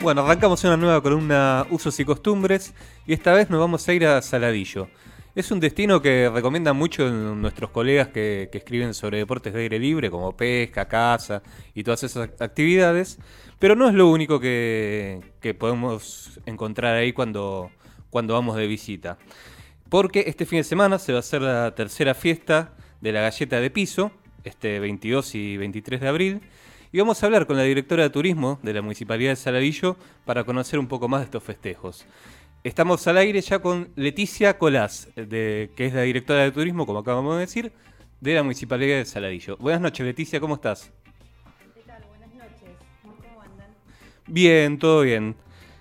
Bueno, arrancamos una nueva columna Usos y Costumbres y esta vez nos vamos a ir a Saladillo. Es un destino que recomiendan mucho nuestros colegas que escriben sobre deportes de aire libre como pesca, caza y todas esas actividades, pero no es lo único que podemos encontrar ahí cuando vamos de visita. Porque este fin de semana se va a hacer la tercera fiesta de la galleta de piso, este 22 y 23 de abril, y vamos a hablar con la directora de turismo de la Municipalidad de Saladillo para conocer un poco más de estos festejos. Estamos al aire ya con Leticia Colás, que es la directora de turismo, como acabamos de decir, de la Municipalidad de Saladillo. Buenas noches, Leticia, ¿cómo estás? ¿Qué tal? Buenas noches. ¿Cómo andan? Bien, todo bien.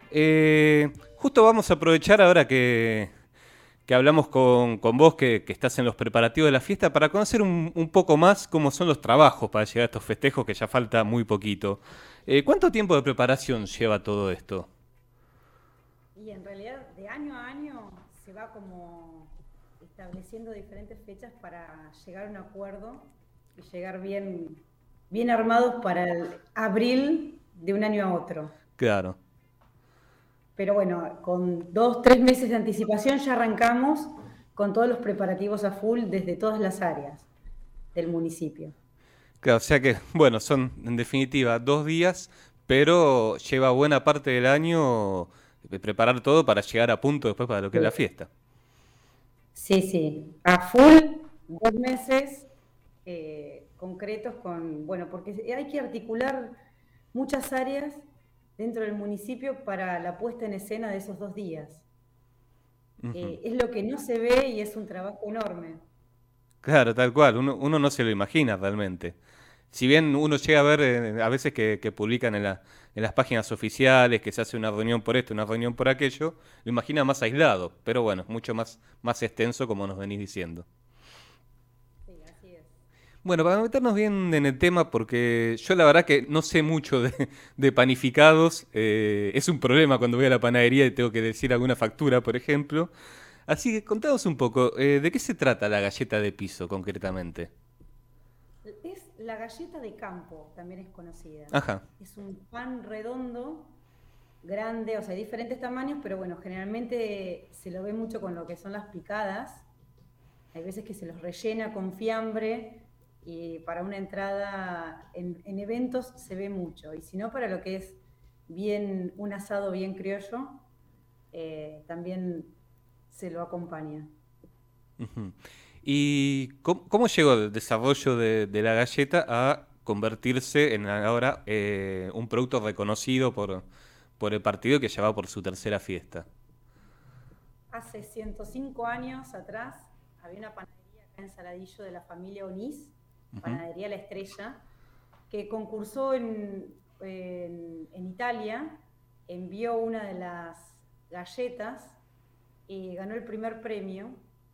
Justo vamos a aprovechar ahora que hablamos con vos, que estás en los preparativos de la fiesta, para conocer un poco más cómo son los trabajos para llegar a estos festejos, que ya falta muy poquito. ¿Cuánto tiempo de preparación lleva todo esto? Y en realidad de año a año se va como estableciendo diferentes fechas para llegar a un acuerdo y llegar bien armados para el abril de un año a otro. Claro. Pero bueno, con 2, 3 meses de anticipación ya arrancamos con todos los preparativos a full desde todas las áreas del municipio. Claro, o sea que, bueno, son en definitiva 2 días, pero lleva buena parte del año preparar todo para llegar a punto después para lo que es la fiesta. Sí, sí, a full 2 meses concretos bueno, porque hay que articular muchas áreas dentro del municipio para la puesta en escena de esos 2 días. Ujú. Es lo que no se ve y es un trabajo enorme. Claro, tal cual, uno no se lo imagina realmente. Si bien uno llega a ver a veces que publican en las páginas oficiales que se hace una reunión por esto, una reunión por aquello, lo imagina más aislado, pero bueno, mucho más extenso como nos venís diciendo. Sí, así es. Bueno, para meternos bien en el tema, porque yo la verdad que no sé mucho de panificados, es un problema cuando voy a la panadería y tengo que decir alguna factura, por ejemplo. Así que contanos un poco, ¿de qué se trata la galleta de piso concretamente? Es la galleta de campo, también es conocida. Ajá. Es un pan redondo, grande, o sea, hay diferentes tamaños, pero bueno, generalmente se lo ve mucho con lo que son las picadas. Hay veces que se los rellena con fiambre y para una entrada en eventos se ve mucho. Y si no, para lo que es bien un asado bien criollo, también se lo acompaña. Ujú. ¿Y cómo llegó el desarrollo de la galleta a convertirse en ahora un producto reconocido por el partido que ya va por su tercera fiesta? Hace 105 años atrás había una panadería acá en Saladillo de la familia Onís, Ujú. Panadería La Estrella, que concursó en Italia, envió una de las galletas y ganó el primer premio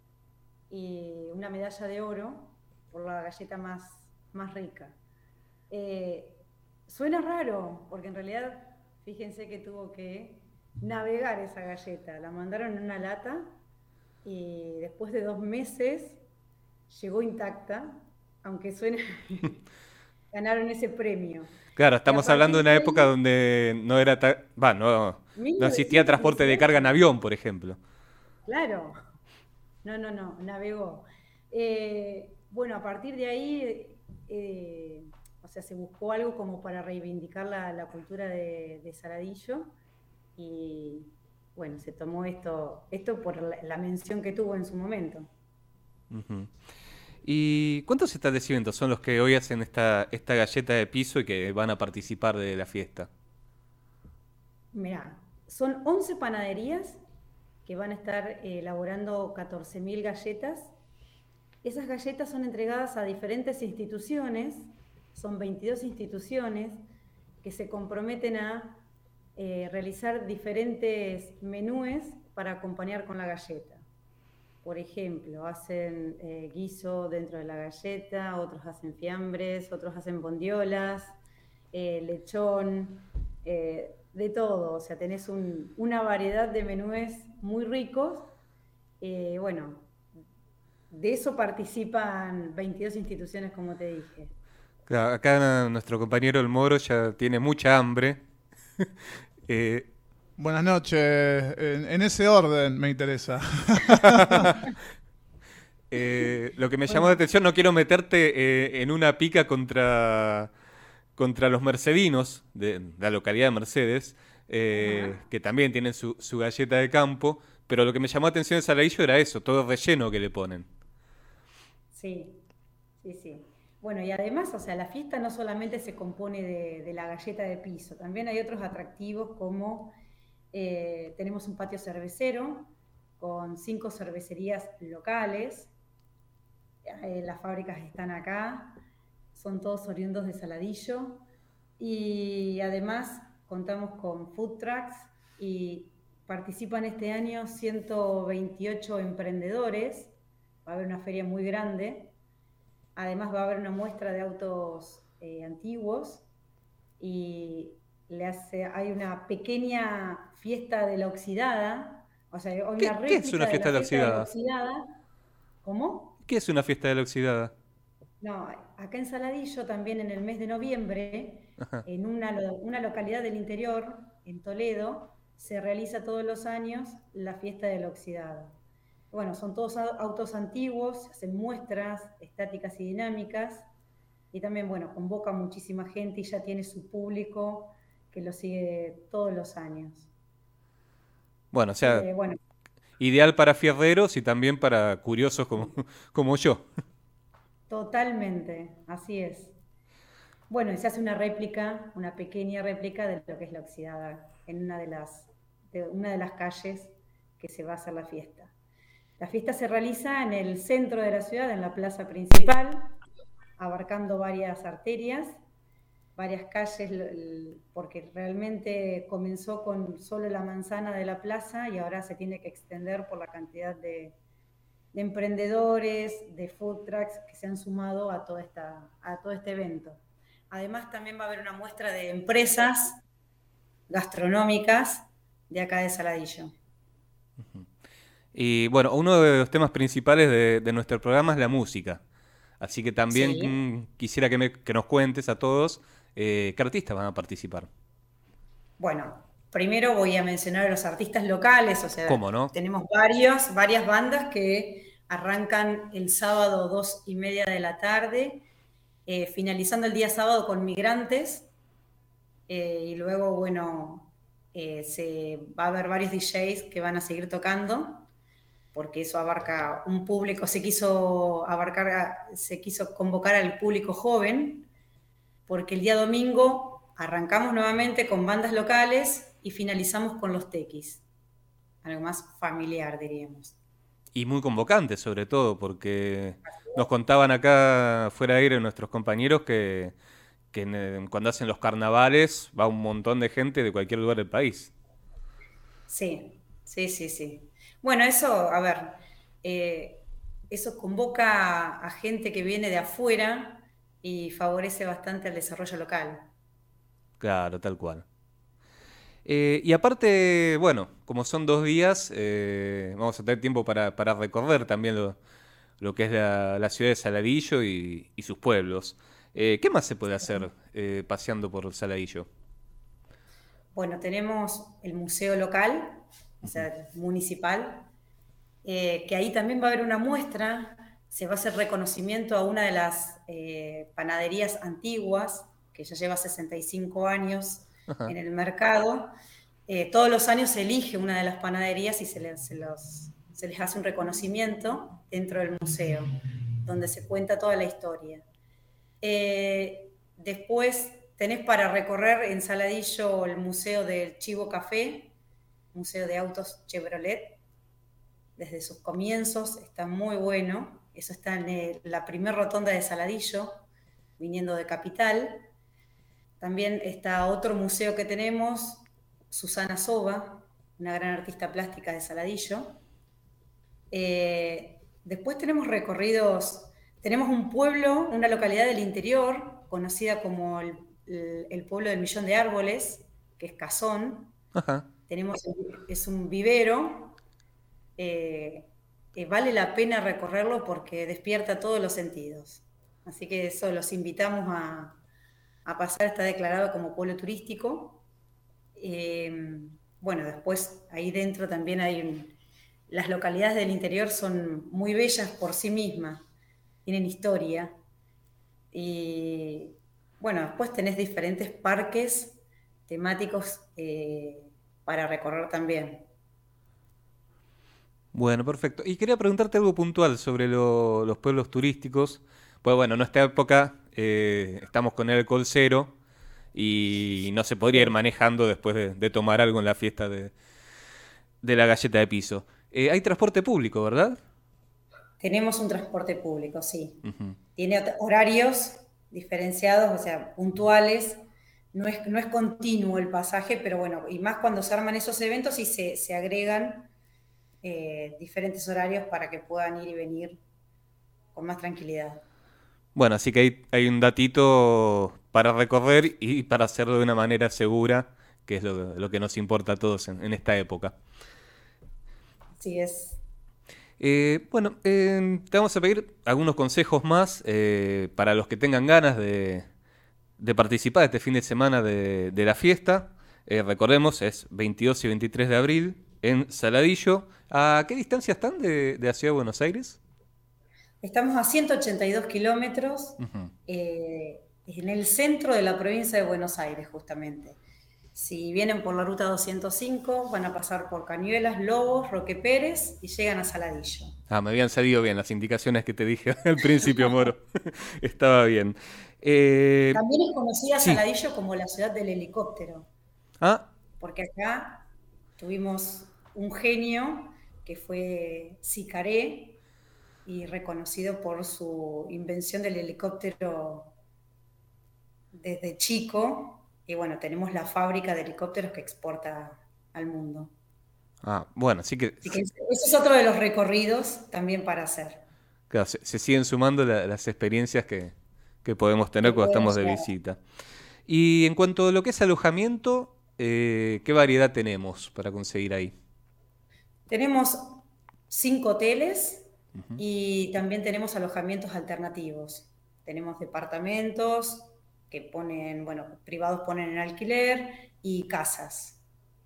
y una medalla de oro por la galleta más rica. Eh, Suena raro, porque en realidad, fíjense que tuvo que navegar esa galleta. La mandaron en una lata y después de 2 meses llegó intacta, aunque suene, ganaron ese premio. Claro, Y a estamos hablando de partir una de época ahí, donde no era no existía transporte de carga en 1918, avión, por ejemplo. claro, no, navegó. Bueno, a partir de ahí, o sea, se buscó algo como para reivindicar la cultura de Saladillo y bueno, se tomó esto por la mención que tuvo en su momento. Ujú. ¿Y cuántos establecimientos son los que hoy hacen esta galleta de piso y que van a participar de la fiesta? Mirá, son 11 panaderías que van a estar elaborando 14.000 galletas. Esas galletas son entregadas a diferentes instituciones, son 22 instituciones que se comprometen a realizar diferentes menúes para acompañar con la galleta. Por ejemplo, hacen guiso dentro de la galleta, otros hacen fiambres, otros hacen bondiolas, lechón, de todo. O sea, tenés una variedad de menúes muy ricos. Bueno, de eso participan 22 instituciones, como te dije. Acá nuestro compañero el Moro ya tiene mucha hambre. Eh, Buenas noches. En ese orden me interesa. lo que me llamó la Bueno, atención, no quiero meterte en una pica contra los mercedinos de la localidad de Mercedes, ajá, que también tienen su galleta de campo, pero lo que me llamó la atención de Saladillo era eso, todo el relleno que le ponen. sí, sí, sí. Bueno, y además, o sea, la fiesta no solamente se compone de la galleta de piso, también hay otros atractivos como tenemos un patio cervecero con 5 cervecerías locales. Las fábricas están acá, son todos oriundos de Saladillo y además contamos con food trucks y participan este año 128 emprendedores, va a haber una feria muy grande, además va a haber una muestra de autos antiguos y hay una pequeña fiesta de la oxidada, o sea, hay una ¿Qué es una réplica de fiesta la de la fiesta de la oxidada? oxidada. ¿Cómo? ¿Qué es una fiesta de la oxidada? No, acá en Saladillo, también en el mes de noviembre, Ajá. en una localidad del interior, en Toledo, se realiza todos los años la fiesta del oxidado. Bueno, son todos autos antiguos, se hacen muestras estáticas y dinámicas, y también, bueno, convoca muchísima gente y ya tiene su público que lo sigue todos los años. Bueno, o sea, Bueno, ideal para fierreros y también para curiosos como, sí, como yo. totalmente, así es. Bueno, y se hace una réplica, una pequeña réplica de lo que es la oxidada en una de las calles que se va a hacer la fiesta. La fiesta se realiza en el centro de la ciudad, en la plaza principal, abarcando varias arterias, varias calles, porque realmente comenzó con solo la manzana de la plaza y ahora se tiene que extender por la cantidad de emprendedores, de food trucks que se han sumado a todo este evento. Además, también va a haber una muestra de empresas gastronómicas de acá de Saladillo. Y bueno, uno de los temas principales de nuestro programa es la música. Así que también Sí. quisiera que nos cuentes a todos qué artistas van a participar. Bueno, primero voy a mencionar a los artistas locales, o sea, ¿Cómo no? tenemos varias bandas que arrancan el sábado 2:30 de la tarde, finalizando el día sábado con Migrantes, y luego, bueno, se va a haber varios DJs que van a seguir tocando, porque eso abarca un público, se quiso convocar al público joven, porque el día domingo arrancamos nuevamente con bandas locales y finalizamos con los tequis, algo más familiar, diríamos. Y muy convocante sobre todo, porque nos contaban acá fuera de aire nuestros compañeros que cuando hacen los carnavales va un montón de gente de cualquier lugar del país. Sí, sí, sí, sí. Bueno, eso, a ver, eh, eso convoca a gente que viene de afuera y favorece bastante al desarrollo local. Claro, tal cual. Y aparte, bueno, como son 2 días, vamos a tener tiempo para recorrer también lo que es la ciudad de Saladillo y sus pueblos. ¿Qué más se puede hacer paseando por Saladillo? Bueno, tenemos el museo local, o sea, municipal, que ahí también va a haber una muestra, se va a hacer reconocimiento a una de las panaderías antiguas, que ya lleva 65 años Ajá. en el mercado. Todos los años se elige una de las panaderías y se les hace un reconocimiento dentro del museo, donde se cuenta toda la historia. Después tenés para recorrer en Saladillo el Museo del Chivo Café, Museo de Autos Chevrolet, desde sus comienzos, está muy bueno. Eso está en la primer rotonda de Saladillo, viniendo de Capital. También está otro museo que tenemos, Susana Soba, una gran artista plástica de Saladillo. Después tenemos recorridos, tenemos un pueblo, una localidad del interior, conocida como el pueblo del millón de árboles, que es Cazón. Ajá. Es un vivero, eh, vale la pena recorrerlo porque despierta todos los sentidos. Así que eso los invitamos a pasar, está declarado como pueblo turístico. Bueno, después ahí dentro también las localidades del interior son muy bellas por sí mismas, tienen historia. Y bueno, después tenés diferentes parques temáticos para recorrer también. Bueno, perfecto. Y quería preguntarte algo puntual sobre los pueblos turísticos. Pues bueno, en esta época estamos con el alcohol cero y no se podría ir Sí. manejando después de tomar algo en la fiesta de la galleta de piso. Hay transporte público, ¿verdad? Tenemos un transporte público, sí. Ujú. Tiene horarios diferenciados, o sea, puntuales. No es continuo el pasaje, pero bueno, y más cuando se arman esos eventos y se agregan diferentes horarios para que puedan ir y venir con más tranquilidad. Bueno, así que hay un datito para recorrer y para hacerlo de una manera segura, que es lo que nos importa a todos en esta época. Así es. Bueno, te vamos a pedir algunos consejos más para los que tengan ganas de participar este fin de semana de la fiesta. Recordemos, es 22 y 23 de abril en Saladillo. ¿A qué distancia están de la ciudad de Buenos Aires? Estamos a 182 kilómetros Ujú. en el centro de la provincia de Buenos Aires, justamente. Si vienen por la ruta 205, van a pasar por Cañuelas, Lobos, Roque Pérez y llegan a Saladillo. Ah, me habían salido bien las indicaciones que te dije al principio, Moro. Estaba bien. También es conocida Sí. Saladillo como la ciudad del helicóptero, Ah, porque acá tuvimos un genio que fue Sicaré y reconocido por su invención del helicóptero desde chico. Y bueno, tenemos la fábrica de helicópteros que exporta al mundo. bueno, así que Así que ese es otro de los recorridos también para hacer, claro, se siguen sumando las experiencias que podemos que tener cuando pueden estamos de llegar. visita. Y en cuanto a lo que es alojamiento, ¿qué variedad tenemos para conseguir ahí? Tenemos 5 hoteles y también tenemos alojamientos alternativos. Tenemos departamentos que ponen, bueno, privados ponen en alquiler y casas.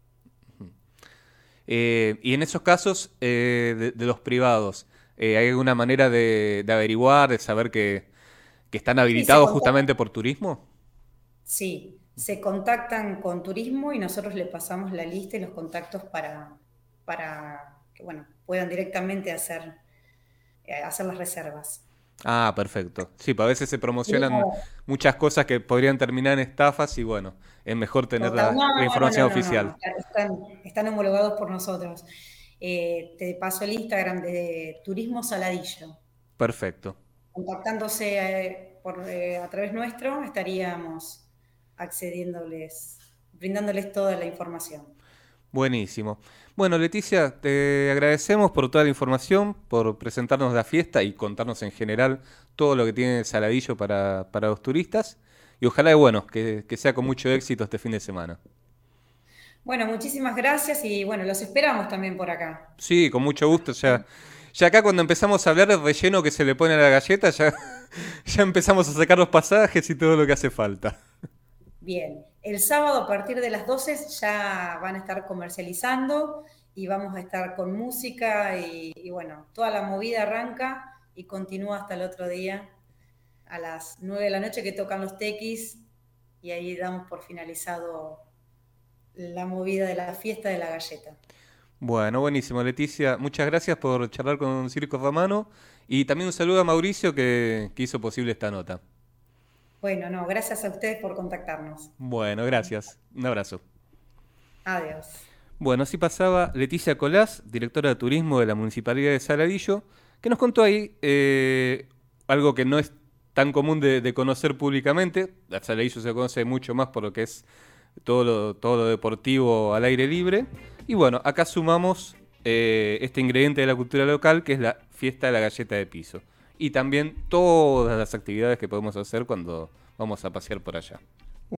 Y en esos casos de los privados, ¿hay alguna manera de averiguar, de saber que están Sí, se habilitados contactan, justamente por turismo? sí, se contactan con turismo y nosotros le pasamos la lista y los contactos para que, bueno, puedan directamente hacer las reservas. Ah, perfecto. Sí, pues a veces se promocionan Tenemos muchas cosas que podrían terminar en estafas y bueno, es mejor tener total, no, la no, información no, no, no, oficial. no, están homologados por nosotros. Te paso el Instagram de Turismo Saladillo. Perfecto. Contactándose a través nuestro, estaríamos brindándoles toda la información. Buenísimo. Bueno, Leticia, te agradecemos por toda la información, por presentarnos la fiesta y contarnos en general todo lo que tiene Saladillo para los turistas. Y ojalá, bueno, que sea con mucho éxito este fin de semana. Bueno, muchísimas gracias y bueno, los esperamos también por acá. Sí, con mucho gusto. Ya acá cuando empezamos a hablar del relleno que se le pone a la galleta, ya, ya empezamos a sacar los pasajes y todo lo que hace falta. Bien, el sábado a partir de las 12 ya van a estar comercializando y vamos a estar con música y bueno, toda la movida arranca y continúa hasta el otro día a las 9 de la noche que tocan los tequis y ahí damos por finalizado la movida de la fiesta de la galleta. Bueno, buenísimo, Leticia. Muchas gracias por charlar con Circo Romano y también un saludo a Mauricio que hizo posible esta nota. Bueno, no, gracias a ustedes por contactarnos. Bueno, gracias. Un abrazo. Adiós. Bueno, así pasaba Leticia Colás, directora de turismo de la Municipalidad de Saladillo, que nos contó ahí algo que no es tan común de conocer públicamente. A Saladillo se conoce mucho más por lo que es todo lo deportivo al aire libre. Y bueno, acá sumamos este ingrediente de la cultura local, que es la fiesta de la galleta de piso. Y también todas las actividades que podemos hacer cuando vamos a pasear por allá.